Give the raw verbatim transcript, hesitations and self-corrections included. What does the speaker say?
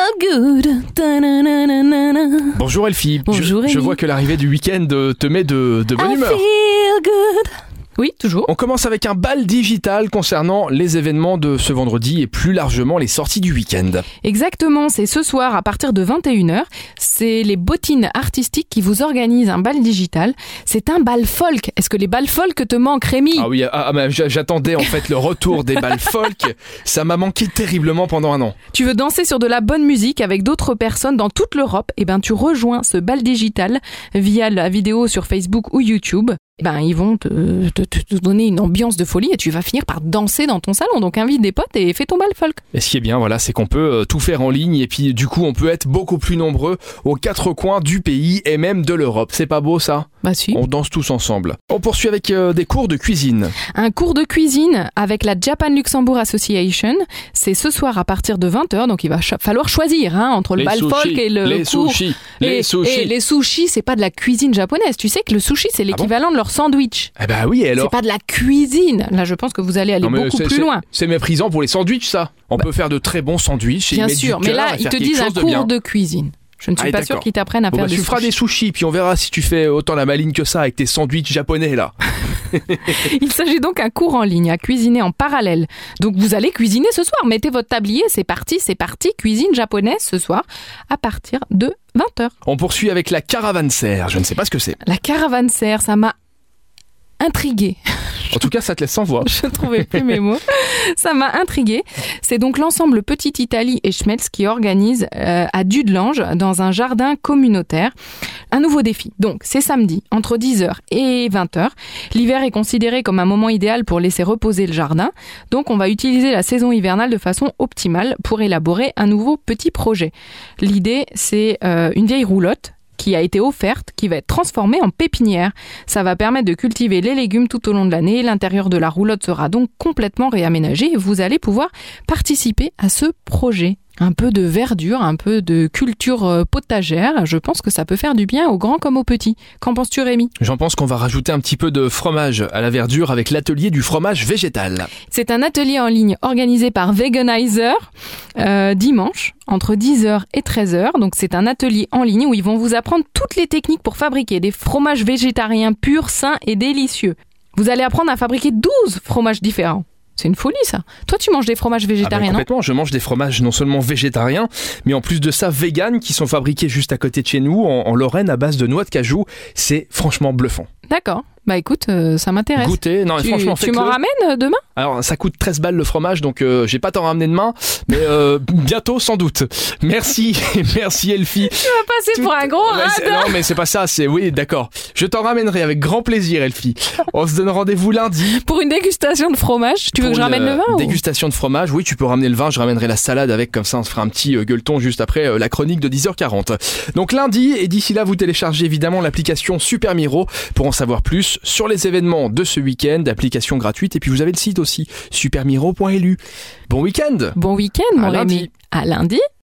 good. Ta-na-na-na-na-na. Bonjour Elfie. Bonjour je, je Rémi. vois que l'arrivée du week-end te met de, de bonne I humeur. feel good. Oui, toujours. On commence avec un bal digital concernant les événements de ce vendredi et plus largement les sorties du week-end. Exactement, c'est ce soir à partir de vingt et une heures. C'est les bottines artistiques qui vous organisent un bal digital. C'est un bal folk. Est-ce que les balles folk te manquent, Rémi ? Ah oui, ah, ah, bah, j'attendais en fait le retour des balles folk. Ça m'a manqué terriblement pendant un an. Tu veux danser sur de la bonne musique avec d'autres personnes dans toute l'Europe ? Eh ben, tu rejoins ce bal digital via la vidéo sur Facebook ou YouTube. Eh ben, ils vont te, te, te donner une ambiance de folie et tu vas finir par danser dans ton salon. Donc invite des potes et fais ton bal folk. Et ce qui est bien, voilà, c'est qu'on peut euh, tout faire en ligne et puis du coup on peut être beaucoup plus nombreux aux quatre coins du pays et même de l'Europe. C'est pas beau ça ? Bah si. On danse tous ensemble. On poursuit avec euh, des cours de cuisine. Un cours de cuisine avec la Japan Luxembourg Association. C'est ce soir à partir de vingt heures. Donc il va ch- falloir choisir hein, entre le Les bal sushis, folk et le les cours. sushis, les et, sushis. et les sushis, c'est pas de la cuisine japonaise. Tu sais que le sushi, c'est l'équivalent de leur sandwich. Eh ben oui, et alors C'est pas de la cuisine. Là, je pense que vous allez aller Non, mais beaucoup c'est- plus c'est- loin. C'est méprisant pour les sandwichs, ça. On peut faire de très bons sandwichs. et y Bien mettre sûr, du mais cœur là, et ils faire te quelque disent un chose de cours bien. de cuisine. Je ne suis Ah, pas d'accord. sûre qu'ils t'apprennent à Bon, faire bah, des tu feras sushis. des sushis, puis on verra si tu fais autant la maligne que ça avec tes sandwichs japonais, là. Il s'agit donc d'un cours en ligne à cuisiner en parallèle. Donc vous allez cuisiner ce soir. Mettez votre tablier, c'est parti, c'est parti. Cuisine japonaise ce soir à partir de vingt heures. On poursuit avec la caravansérail. Je ne sais pas ce que c'est. La caravansérail, ça m'a intriguée. En tout cas, ça te laisse sans voix. Je ne trouvais plus mes mots. Ça m'a intriguée. C'est donc l'ensemble Petite Italie et Schmelz qui organise euh, à Dudelange, dans un jardin communautaire, un nouveau défi. Donc, c'est samedi, entre dix heures et vingt heures. L'hiver est considéré comme un moment idéal pour laisser reposer le jardin. Donc, on va utiliser la saison hivernale de façon optimale pour élaborer un nouveau petit projet. L'idée, c'est euh, une vieille roulotte qui a été offerte, qui va être transformée en pépinière. Ça va permettre de cultiver les légumes tout au long de l'année. L'intérieur de la roulotte sera donc complètement réaménagé et vous allez pouvoir participer à ce projet. Un peu de verdure, un peu de culture potagère, je pense que ça peut faire du bien aux grands comme aux petits. Qu'en penses-tu, Rémi ? J'en pense qu'on va rajouter un petit peu de fromage à la verdure avec l'atelier du fromage végétal. C'est un atelier en ligne organisé par Veganizer euh, dimanche entre dix heures et treize heures. Donc c'est un atelier en ligne où ils vont vous apprendre toutes les techniques pour fabriquer des fromages végétariens purs, sains et délicieux. Vous allez apprendre à fabriquer douze fromages différents. C'est une folie ça. Toi tu manges des fromages végétariens, ah ben, non ? complètement, je mange des fromages non seulement végétariens, mais en plus de ça vegan qui sont fabriqués juste à côté de chez nous en, en Lorraine à base de noix de cajou. C'est franchement bluffant. D'accord. Bah écoute, euh, ça m'intéresse. Goûtez, non mais Tu, franchement tu faites-le. m'en ramènes euh, demain ? Alors ça coûte treize balles le fromage, donc euh, j'ai pas t'en ramener demain, mais euh, bientôt sans doute. Merci, merci Elfie. Tu vas passer Tout- pour un gros Ouais, c'est- radin. Non mais c'est pas ça, c'est oui d'accord. Je t'en ramènerai avec grand plaisir Elfie. On se donne rendez-vous lundi. Pour une dégustation de fromage, tu veux pour que je ramène une, le vin euh, ou... Dégustation de fromage, oui tu peux ramener le vin, je ramènerai la salade avec, comme ça on se fera un petit euh, gueuleton juste après euh, la chronique de dix heures quarante. Donc lundi, et d'ici là vous téléchargez évidemment l'application Super Miro pour en savoir plus sur les événements de ce week-end, application gratuite, et puis vous avez le site aussi, super miro point l u. Bon week-end. Bon week-end, mon À lundi. Rémi. À lundi.